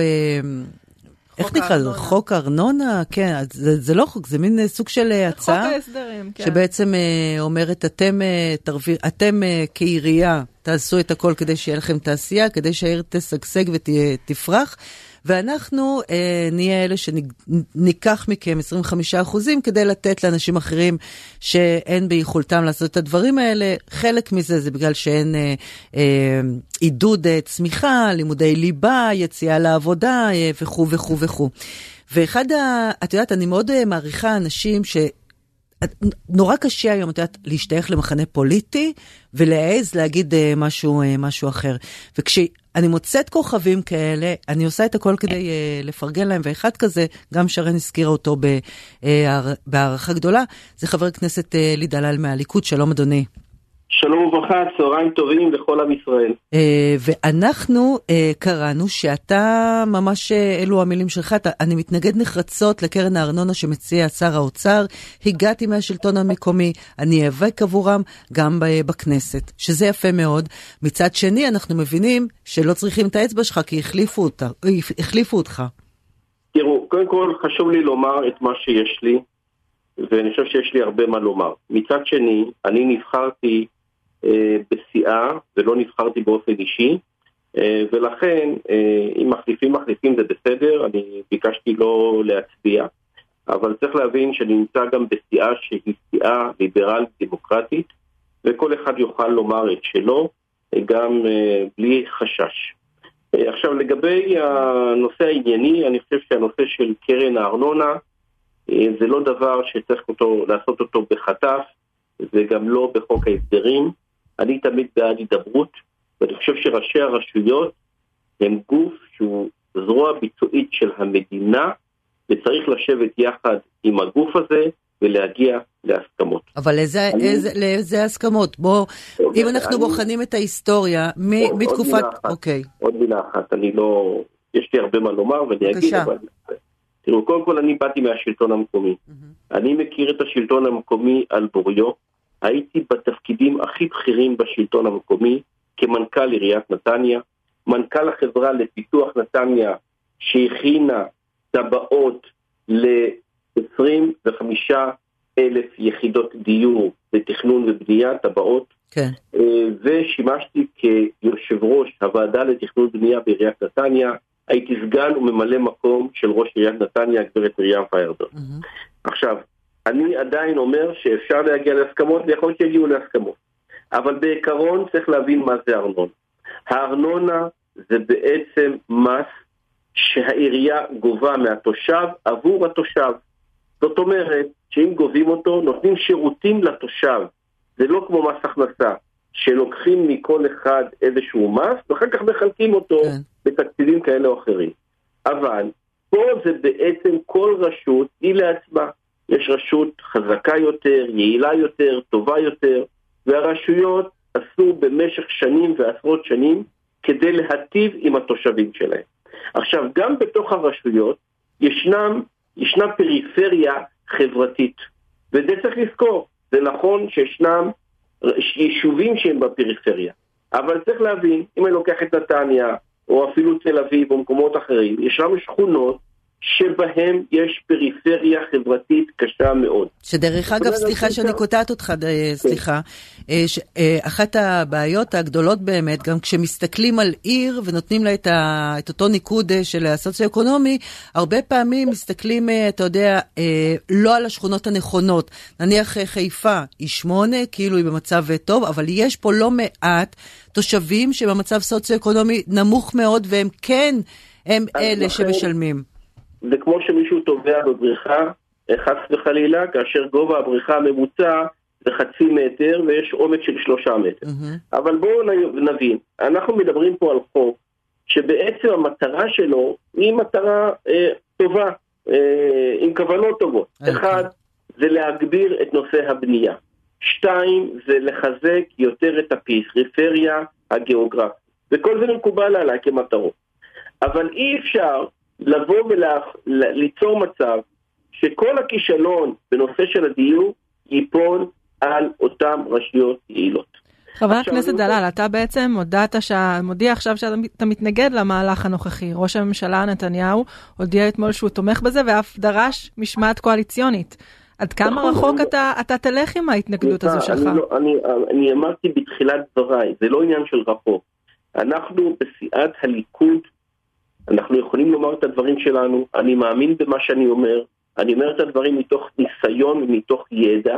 איך נקרא זה? חוק ארנונה? כן, זה, זה לא חוק, זה מין סוג של הצעה. חוק ההסדרים, כן. שבעצם אומרת, אתם, אתם כעירייה, תעשו את הכל כדי שיהיה לכם תעשייה, כדי שהעיר תשגשג ותפרח, ואנחנו אה, נהיה אלה שניקח מכם עשרים וחמישה אחוזים כדי לתת לאנשים אחרים שאין ביכולתם לעשות את הדברים האלה. חלק מזה זה בגלל שאין אה, אה, עידוד אה, צמיחה, לימודי ליבה, יציאה לעבודה אה, וכו' וכו' וכו'. ואחד, ה, את יודעת, אני מאוד אה, מעריכה אנשים ש... נורא קשה היום, את יודעת, להשתייך למחנה פוליטי ולהעז להגיד uh, משהו, uh, משהו אחר. וכשאני מוצאת כוכבים כאלה, אני עושה את הכל כדי uh, לפרגן להם, ואחד כזה, גם שרן הזכירה אותו ב, uh, בהערכה גדולה, זה חבר הכנסת uh, אלי דלל מהליכוד. שלום אדוני. שלום וברכה, צהריים טובים לכל עם ישראל. Uh, ואנחנו uh, קראנו שאתה ממש, uh, אלו המילים שלך, אתה, אני מתנגד נחרצות לקרן הארנונה שמציע שר האוצר, הגעתי מהשלטון המקומי, אני אאבק עבורם גם ב- בכנסת, שזה יפה מאוד. מצד שני אנחנו מבינים שלא צריכים את האצבע שלך כי החליפו, אותה, החליפו אותך. תראו, קודם כל חשוב לי לומר את מה שיש לי, ואני חושב שיש לי הרבה מה לומר. מצד שני, אני נבחרתי בסיעה ולא נבחרתי באופן אישי, ולכן אם מחליפים מחליפים זה בסדר, אני ביקשתי לא להצביע, אבל צריך להבין שאני נמצא גם בסיעה שהיא סיעה ליברלית דמוקרטית, וכל אחד יוכל לומר את שלו גם בלי חשש. עכשיו לגבי הנושא הענייני, אני חושב שהנושא של קרן הארנונה זה לא דבר שצריך אותו, לעשות אותו בחטף, זה גם לא בחוק ההסדרים. אני תמיד בעד הידברות, ואני חושב שראשי הרשויות הם גוף שהוא זרוע ביצועית של המדינה, וצריך לשבת יחד עם הגוף הזה ולהגיע להסכמות. אבל איזה, אני... איזה, לאיזה הסכמות? בוא, אם אנחנו אני... בוחנים את ההיסטוריה, מ... מתקופת... אוקיי. עוד מילה אחת, אני לא... יש לי הרבה מה לומר ואני אגיד, אבל... תראו, קודם כל אני באתי מהשלטון המקומי. Mm-hmm. אני מכיר את השלטון המקומי על בוריו. הייתי בתפקידים הכי בכירים בשלטון המקומי, כמנכ"ל עיריית נתניה, מנכ"ל החברה לפיתוח נתניה, שהכינה טבעות ל-עשרים וחמישה אלף יחידות דיור לתכנון ובנייה, טבעות. כן. ושימשתי כיושב ראש הוועדה לתכנון ובנייה בעיריית נתניה, הייתי סגן וממלא מקום של ראש עיריית נתניה, גברת מרים פיירברג. Mm-hmm. עכשיו, אני עדיין אומר שאפשר להגיע להסכמות, ויכול להיות שיגיעו להסכמות. אבל בעיקרון צריך להבין מה זה ארנונה. הארנונה זה בעצם מס שהעירייה גובה מהתושב עבור התושב. זאת אומרת שאם גובים אותו, נותנים שירותים לתושב. זה לא כמו מס הכנסה, שלוקחים מכל אחד איזשהו מס, ואחר כך מחלקים אותו כן. בתקציבים כאלה או אחרים. אבל פה זה בעצם כל רשות היא לעצמה. יש רשות חזקה יותר, יעילה יותר, טובה יותר, והרשויות עשו במשך שנים ועשרות שנים כדי להטיב עם התושבים שלהם. עכשיו, גם בתוך הרשויות ישנם, ישנה פריפריה חברתית, וזה צריך לזכור. זה נכון שישנם יישובים שהם בפריפריה, אבל צריך להבין, אם אני לוקח את נתניה, או אפילו תל אביב או מקומות אחרים, ישנם שכונות שבהם יש פריפריה חברתית קשה מאוד. שדרך אגב, סליחה שאני קוטעת אותך, סליחה, אחת הבעיות הגדולות באמת, גם כשמסתכלים על עיר ונותנים לה את אותו ניקוד של הסוציו-אקונומי, הרבה פעמים מסתכלים, אתה יודע, לא על השכונות הנכונות. נניח חיפה היא שמונה, כאילו היא במצב טוב, אבל יש פה לא מעט תושבים שבמצב סוציו-אקונומי נמוך מאוד, והם כן, הם אלה שמשלמים. זה כמו שמישהו טובע בבריכה, חס וחלילה, כאשר גובה הבריכה הממוצע זה חצי מטר ויש עומק של שלושה מטר. Mm-hmm. אבל בואו נבין, אנחנו מדברים פה על חוק שבעצם המטרה שלו היא מטרה אה, טובה, אה, עם כוונות טובות. Okay. אחד, זה להגביר את נושא הבנייה. שתיים, זה לחזק יותר את הפריפריה הגיאוגרפית. וכל זה מקובל עליי כמטרות. אבל אי אפשר לבוא וליצור מצב שכל הכישלון בנושא של הדיור ייפול על אותם רשויות יעילות. חבר הכנסת דלל, אתה בעצם הודעת מודיע עכשיו שאתה מתנגד למהלך הנוכחי. ראש הממשלה נתניהו הודיע אתמול שהוא תומך בזה ואף דרש משמעת קואליציונית. עד כמה רחוק אתה, אתה תלך עם ההתנגדות הזו שלך? אני, לא, אני, אני אמרתי בתחילת דבריי, זה לא עניין של רחוק. אנחנו בסיעת הליכוד, אנחנו יכולים לומר את הדברים שלנו, אני מאמין במה שאני אומר, אני אומר את הדברים מתוך ניסיון ומתוך ידע,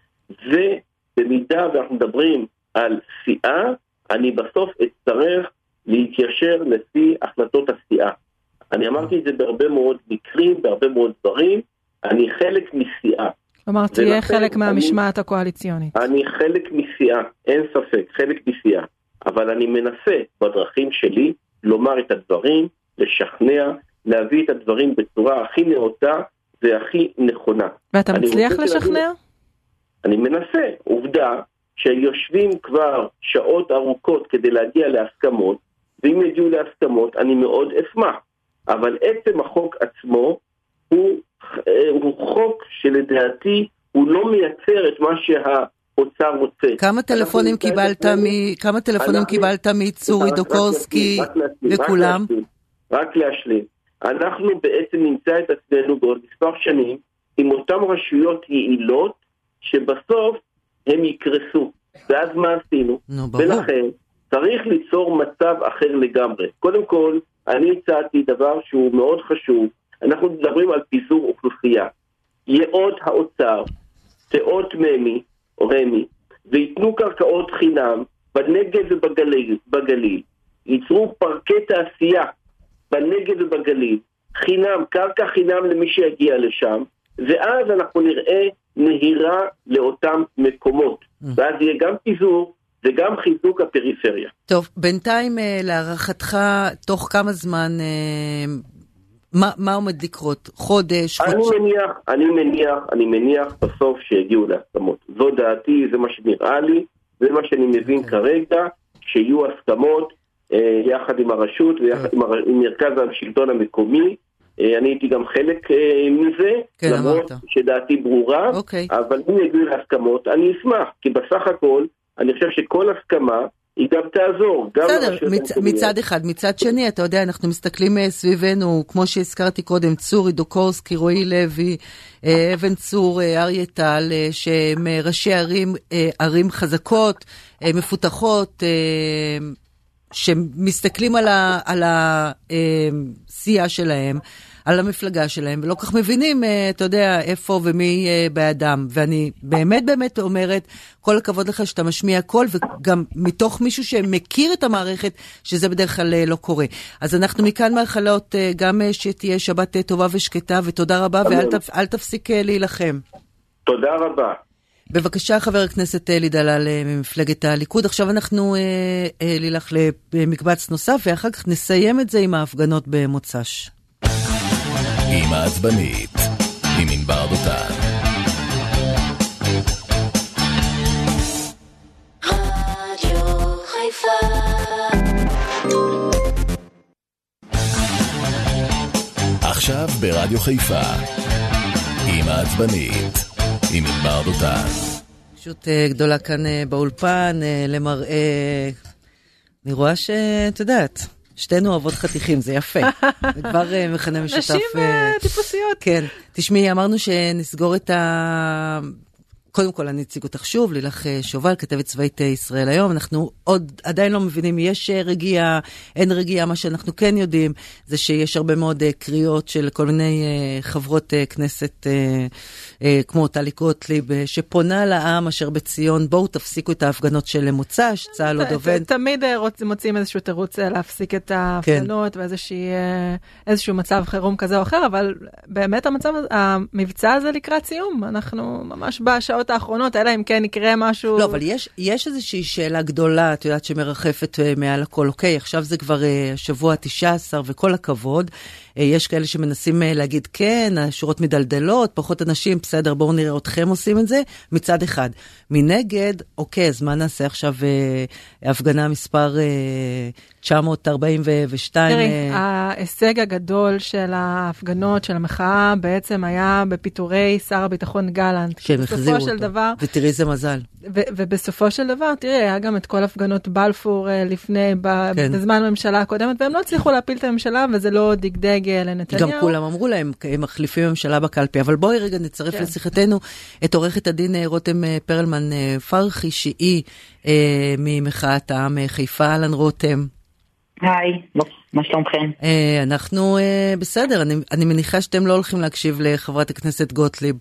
ובמידה ואנחנו מדברים על סיעה, אני בסוף אצטרך להתיישר לפי החלטות הסיעה. אני אמרתי את זה בהרבה מאוד מקרים, בהרבה מאוד דברים, אני חלק מסיעה. כלומר, תהיה חלק מהמשמעת הקואליציונית. אני חלק מסיעה, אין ספק, חלק מסיעה, אבל אני מנסה בדרכים שלי לומר את הדברים, לשכנע, להביא את הדברים בצורה הכי נאותה והכי נכונה. ואתה מצליח לשכנע? להגיד, אני מנסה. עובדה שיושבים כבר שעות ארוכות כדי להגיע להסכמות, ואם יגיעו להסכמות אני מאוד אשמח. אבל עצם החוק עצמו הוא, הוא חוק שלדעתי הוא לא מייצר את מה שהאוצר רוצה. כמה טלפונים קיבלת מ... כמה טלפונים קיבלת מצורי דוקורסקי וכולם? רק להשלים. אנחנו בעצם נמצא את עצמנו בעוד מספר שנים עם אותן רשויות יעילות שבסוף הם יקרסו. ואז מה עשינו? נו, ולכן צריך ליצור מצב אחר לגמרי. קודם כל, אני הצעתי דבר שהוא מאוד חשוב. אנחנו מדברים על פיזור אוכלוסייה. יאות האוצר, תאות ממי, או רמי, ויתנו קרקעות חינם בנגב ובגליל, בגליל. ייצרו פרקי תעשייה בנגב ובגליל, חינם, קרקע חינם למי שיגיע לשם, ואז אנחנו נראה נהירה לאותם מקומות. ואז יהיה גם פיזור וגם חיזוק הפריפריה. טוב, בינתיים להערכתך, תוך כמה זמן מה, מה עומד לקרות? חודש? אני חודש? מניח, אני מניח, אני מניח בסוף שיגיעו להסכמות. זו דעתי, זה מה שנראה לי, זה מה שאני מבין okay. כרגע, שיהיו הסכמות אה, יחד עם הרשות ויחד okay. עם, הר... עם מרכז השלטון המקומי. אה, אני הייתי גם חלק אה, מזה, okay, למרות אמרת. שדעתי ברורה, okay. אבל אם יגיעו להסכמות, אני אשמח, כי בסך הכל, אני חושב שכל הסכמה, היא גם תעזור. בסדר, מצ, מצד אחד. מצד שני, אתה יודע, אנחנו מסתכלים סביבנו, כמו שהזכרתי קודם, צור, אידוקורסקי, רועי לוי, אבן צור, אריה טל, שהם ראשי ערים, ערים חזקות, מפותחות, שמסתכלים על הסיעה שלהם, על המפלגה שלהם, ולא כך מבינים, אתה יודע, איפה ומי באדם. ואני באמת באמת אומרת, כל הכבוד לך שאתה משמיע קול, וגם מתוך מישהו שמכיר את המערכת, שזה בדרך כלל לא קורה. אז אנחנו מכאן מאחלות גם שתהיה שבת טובה ושקטה, ותודה רבה, ואל תפסיק להילחם. תודה רבה. בבקשה, חבר הכנסת אלי דלל ממפלגת הליכוד. עכשיו אנחנו נלך למקבץ נוסף, ואחר כך נסיים את זה עם ההפגנות במוצ"ש. עם העצבנית, עם ענבר דותן. רדיו חיפה. עכשיו ברדיו חיפה, עם העצבנית, עם ענבר דותן. פשוט גדולה כאן באולפן, למראה, אני רואה שאת יודעת, שתינו אוהבות חתיכים, זה יפה. זה כבר מכנה משותף. נשים טיפוסיות. כן. תשמעי, אמרנו שנסגור את ה... קודם כל אני אציג אותך שוב, לילך שובל, כתבת צבאית ישראל היום. אנחנו עוד עדיין לא מבינים, יש רגיעה, אין רגיעה. מה שאנחנו כן יודעים, זה שיש הרבה מאוד קריאות של כל מיני חברות כנסת, כמו טלי גוטליב, שפונה לעם אשר בציון, בואו תפסיקו את ההפגנות של מוצ"ש, צה"ל עוד עובד. תמיד מוצאים איזשהו תירוץ להפסיק את ההפגנות, ואיזשהו מצב חירום כזה או אחר, אבל באמת המצב, המבצע הזה לקראת סיום, אנחנו ממש בשעות האחרונות, אלא אם כן יקרה משהו... לא, אבל יש, יש איזושהי שאלה גדולה, את יודעת, שמרחפת מעל הכל. אוקיי, עכשיו זה כבר שבוע תשע עשרה, וכל הכבוד. יש כאלה שמנסים להגיד, כן, השורות מדלדלות, פחות אנשים, בסדר, בואו נראה אתכם עושים את זה, מצד אחד. מנגד, אוקיי, אז מה נעשה עכשיו הפגנה מספר תשע מאות ארבעים ושתיים? תראי, ההישג הגדול של ההפגנות, של המחאה, בעצם היה בפיטורי שר הביטחון גלנט. כן, החזירו אותו. דבר, ותראי זה מזל. ו- ובסופו של דבר, תראי, היה גם את כל הפגנות בלפור לפני, ב- כן. בזמן הממשלה הקודמת, והם לא הצליחו להפיל את הממשלה, וזה לא דגדג לנתניהו. גם כולם אמרו להם, הם מחליפים ממשלה בקלפי, אבל בואי רגע נצרף כן. לשיחתנו את עורכת הדין רותם פרלמן פרחי, שהיא אה, ממחאת העם חיפה. אהלן רותם. היי, מה שלומכם? אה, אנחנו אה, בסדר, אני, אני מניחה שאתם לא הולכים להקשיב לחברת הכנסת גוטליב.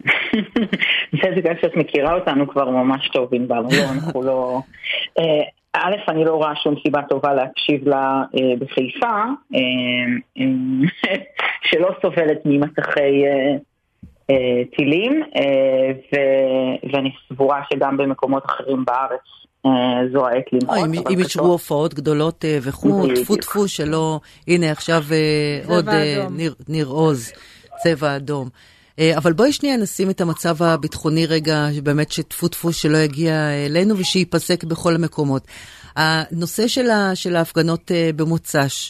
זה בגלל שאת מכירה אותנו כבר ממש טובים בה, לא, אנחנו לא... א', אני לא רואה שום סיבה טובה להקשיב לה בחיפה, שלא סובלת ממסכי טילים, ואני סבורה שגם במקומות אחרים בארץ זו העת למחות. אם ישרו הופעות גדולות וכו', תפו תפו שלא, הנה עכשיו עוד ניר עוז, צבע אדום. אבל בואי שנייה נשים את המצב הביטחוני רגע, באמת שתפו תפו שלא יגיע אלינו ושיפסק בכל המקומות. הנושא של, ה, של ההפגנות במוצ"ש,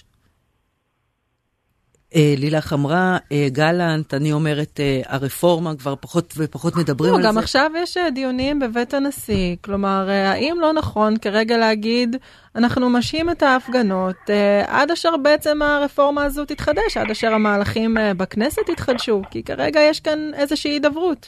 לילך אמרה, גלנט, אני אומרת, הרפורמה כבר פחות ופחות מדברים לא, על זה. גם עכשיו יש דיונים בבית הנשיא, כלומר, האם לא נכון כרגע להגיד, אנחנו משאים את ההפגנות, עד אשר בעצם הרפורמה הזו תתחדש, עד אשר המהלכים בכנסת יתחדשו, כי כרגע יש כאן איזושהי הידברות.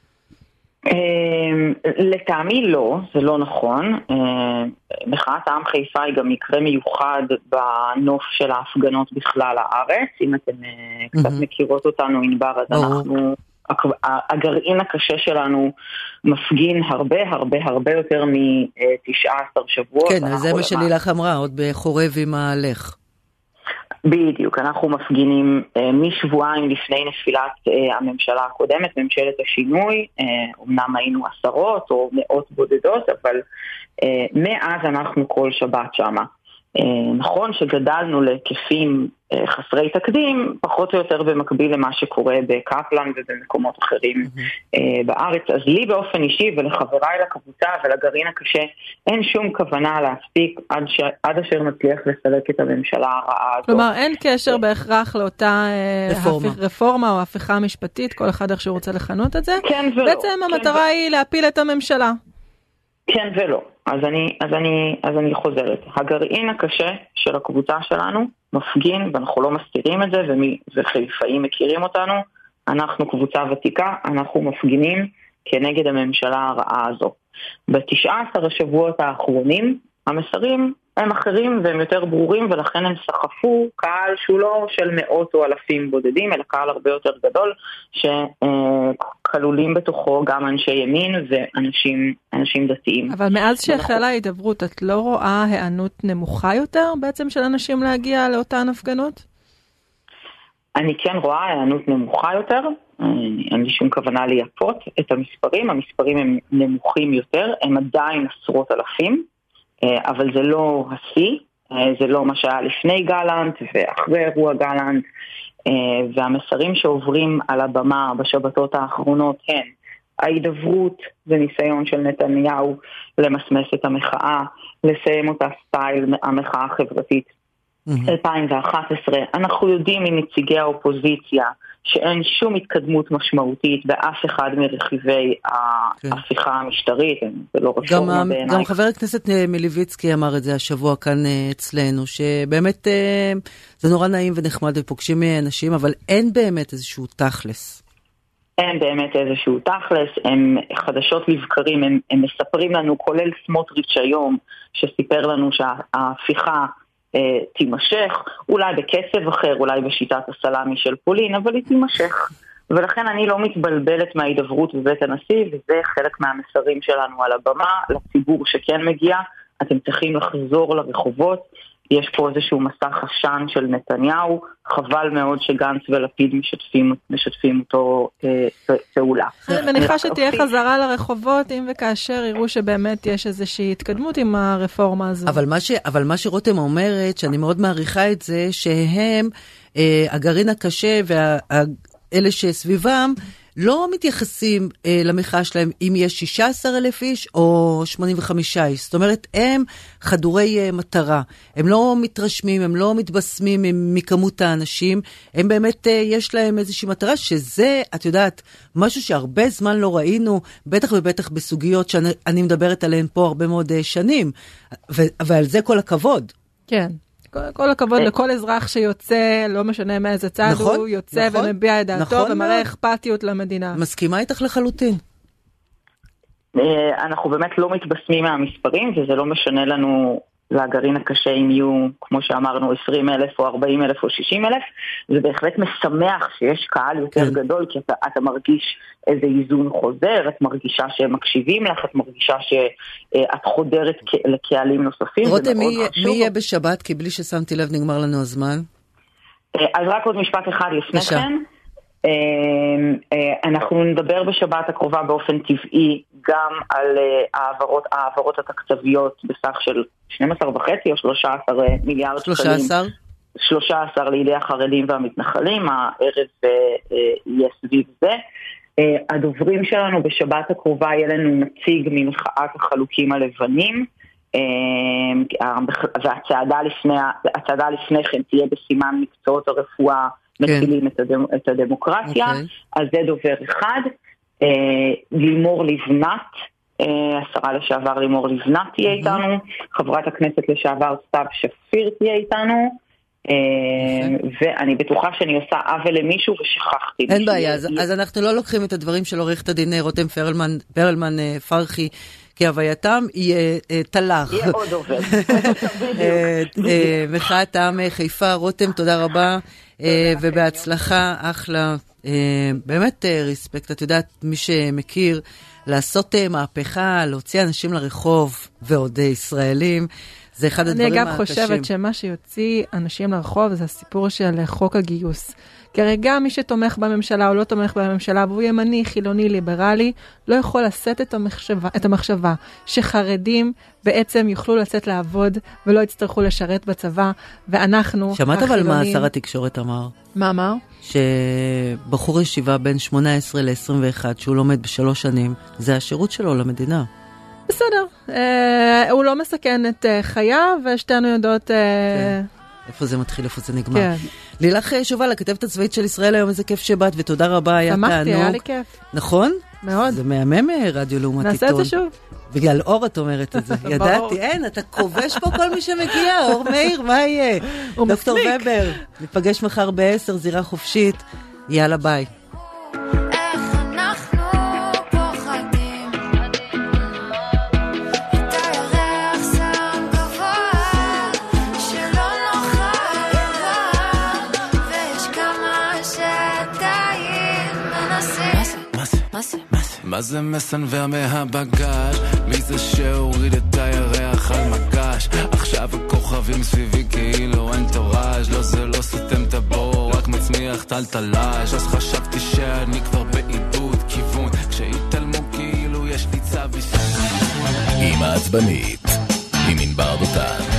לטעמי לא, זה לא נכון. מחאת העם חיפה היא גם מקרה מיוחד בנוף של ההפגנות בכלל הארץ. אם אתם קצת מכירות אותנו, ענבר, אז אנחנו, הגרעין הקשה שלנו מפגין הרבה הרבה הרבה יותר מ-תשעה עשר שבועות. כן, זה מה שלילך אמרה, עוד בחורב עם ההלך. בדיוק, אנחנו מפגינים אה, משבועיים לפני נפילת אה, הממשלה הקודמת, ממשלת השינוי, אה, אמנם היינו עשרות או מאות בודדות, אבל אה, מאז אנחנו כל שבת שמה. נכון שגדלנו להיקפים חסרי תקדים, פחות או יותר במקביל למה שקורה בקפלן ובמקומות אחרים mm-hmm. בארץ. אז לי באופן אישי ולחבריי לקבוצה ולגרעין הקשה, אין שום כוונה להספיק עד, ש... עד אשר נצליח לסלק את הממשלה הרעה הזאת. כלומר, אין קשר בהכרח לאותה רפורמה, הפ... רפורמה או הפיכה משפטית, כל אחד איך שהוא רוצה לכנות את זה. כן ולא. בעצם כן המטרה ו... היא להפיל את הממשלה. כן ולא. אז אני, אז אני, אז אני חוזרת. הגרעין הקשה של הקבוצה שלנו מפגין, ואנחנו לא מסתירים את זה, ומי, וחיפאים מכירים אותנו, אנחנו קבוצה ותיקה, אנחנו מפגינים כנגד הממשלה הרעה הזו. בתשעה עשר השבועות האחרונים, המסרים הם אחרים והם יותר ברורים, ולכן הם סחפו קהל שהוא לא של מאות או אלפים בודדים, אלא קהל הרבה יותר גדול, שכלולים בתוכו גם אנשי ימין ואנשים אנשים דתיים. אבל מאז שהחלה ההידברות, את לא רואה הענות נמוכה יותר בעצם של אנשים להגיע לאותן הפגנות? אני כן רואה הענות נמוכה יותר, אין לי שום כוונה לייפות את המספרים, המספרים הם נמוכים יותר, הם עדיין עשרות אלפים, אבל זה לא השיא, זה לא מה שהיה לפני גלנט ואחרי אירוע גלנט, והמסרים שעוברים על הבמה בשבתות האחרונות הן ההידברות וניסיון של נתניהו למסמס את המחאה, לסיים אותה סטייל המחאה החברתית אלפיים ואחת עשרה. אנחנו יודעים מנציגי האופוזיציה שאין שום התקדמות משמעותית באף אחד מרכיבי ההפיכה המשטרית, זה לא רפורמה בעיניי. גם חבר הכנסת מליביצקי אמר את זה השבוע כאן אצלנו, שבאמת זה נורא נעים ונחמד ופוגשים אנשים, אבל אין באמת איזשהו תכלס. אין באמת איזשהו תכלס, הם חדשות לבקרים, הם, הם מספרים לנו, כולל סמוטריץ' היום, שסיפר לנו שההפיכה תימשך, אולי בקצב אחר, אולי בשיטת הסלאמי של פולין, אבל היא תימשך. ולכן אני לא מתבלבלת מההידברות בבית הנשיא, וזה חלק מהמסרים שלנו על הבמה, לציבור שכן מגיע, אתם צריכים לחזור לרחובות, יש פה איזשהו מסע חשן של נתניהו, חבל מאוד שגנץ ולפיד משתפים, משתפים אותו אה, פעולה. אני מניחה שתהיה חזרה לרחובות, אם וכאשר יראו שבאמת יש איזושהי התקדמות עם הרפורמה הזו. אבל מה, ש, אבל מה שרותם אומרת, שאני מאוד מעריכה את זה, שהם, אה, הגרעין הקשה ואלה שסביבם, לא מתייחסים אה, למחאה שלהם אם יש שישה עשר אלף איש או שמונים וחמישה איש. זאת אומרת, הם חדורי אה, מטרה. הם לא מתרשמים, הם לא מתבשמים מכמות האנשים. הם באמת, אה, יש להם איזושהי מטרה שזה, את יודעת, משהו שהרבה זמן לא ראינו, בטח ובטח בסוגיות שאני מדברת עליהן פה הרבה מאוד אה, שנים. ו- ועל זה כל הכבוד. כן. כל, כל הכבוד לכל אזרח שיוצא, לא משנה מאיזה צד נכון, הוא יוצא נכון, ומביע את דעתו נכון, ומראה אכפתיות למדינה. מסכימה איתך לחלוטין. אנחנו באמת לא מתבשמים מהמספרים, וזה לא משנה לנו לגרעין הקשה אם יהיו, כמו שאמרנו, עשרים אלף או ארבעים אלף או שישים אלף. זה בהחלט משמח שיש קהל יותר כן. גדול, כי אתה, אתה מרגיש איזה איזון חוזר, את מרגישה שהם מקשיבים לך, את מרגישה שאת חודרת לקהלים נוספים. רותם, מי, מי יהיה בשבת? כי בלי ששמתי לב נגמר לנו הזמן. אז רק עוד משפט אחד לפני בשע. כן. אנחנו נדבר בשבת הקרובה באופן טבעי גם על העברות, העברות התקצביות בסך של שנים עשר וחצי או שלושה עשר מיליארד שלושה עשר? שלושה עשר לידי החרדים והמתנחלים, הערב יהיה סביב זה. הדוברים שלנו בשבת הקרובה יהיה לנו נציג ממחאת החלוקים הלבנים, והצעדה לפני, הצעדה לפני כן תהיה בסימן מקצועות הרפואה מצילים את, הדמ, את הדמוקרטיה, okay. אז זה דובר אחד. אה, לימור לבנת, אה, השרה לשעבר לימור לבנת תהיה mm-hmm. איתנו, חברת הכנסת לשעבר סתיו שפיר תהיה איתנו, אה, okay. ואני בטוחה שאני עושה עוול למישהו ושכחתי. אין בעיה, אז, אז אנחנו לא לוקחים את הדברים של עורכת הדין רותם פרלמן, פרלמן פרחי, כי הווייתם יהיה תלך. יהיה עוד עובד. מחאת העם חיפה, רותם, תודה רבה. ובהצלחה, אחלה, באמת ריספקט, את יודעת, מי שמכיר, לעשות מהפכה, להוציא אנשים לרחוב ועוד ישראלים, זה אחד הדברים הקשים. אני אגב הקשים. חושבת שמה שיוציא אנשים לרחוב זה הסיפור של חוק הגיוס. כי הרי גם מי שתומך בממשלה או לא תומך בממשלה, והוא ימני, חילוני, ליברלי, לא יכול לשאת את המחשבה, את המחשבה שחרדים בעצם יוכלו לצאת לעבוד ולא יצטרכו לשרת בצבא, ואנחנו שמעת אבל מה שר התקשורת אמר? מה אמר? שבחור ישיבה בין שמונה עשרה ל-עשרים ואחת, שהוא לומד בשלוש שנים, זה השירות שלו למדינה. בסדר. אה, הוא לא מסכן את אה, חייו, ושתינו יודעות... אה, כן. איפה זה מתחיל, איפה זה נגמר. כן. לילך שובל, הכתבת הצבאית של ישראל היום, איזה כיף שבאת, ותודה רבה, היה תענוג. שמחתי, היה לי כיף. נכון? מאוד. זה מהמם רדיו לעומת עיתון. נעשה את זה שוב. בגלל אור את אומרת את זה. ידעתי, אין, אתה כובש פה כל מי שמגיע, אור מאיר, מה יהיה? דוקטור ובר, ניפגש מחר בעשר, זירה חופשית. יאללה, ביי. מה זה מסנבר מהבגש? מי זה שהוריד את הירח על מגש? עכשיו הכוכבים סביבי כאילו אין תורש. לא זה לא סותם את הבור, רק מצמיח טלטלש. אז חשבתי שאני כבר בעידוד כיוון, כשהתעלמו כאילו יש לי צו אישי. עם העצבנית, עם ענבר דותן.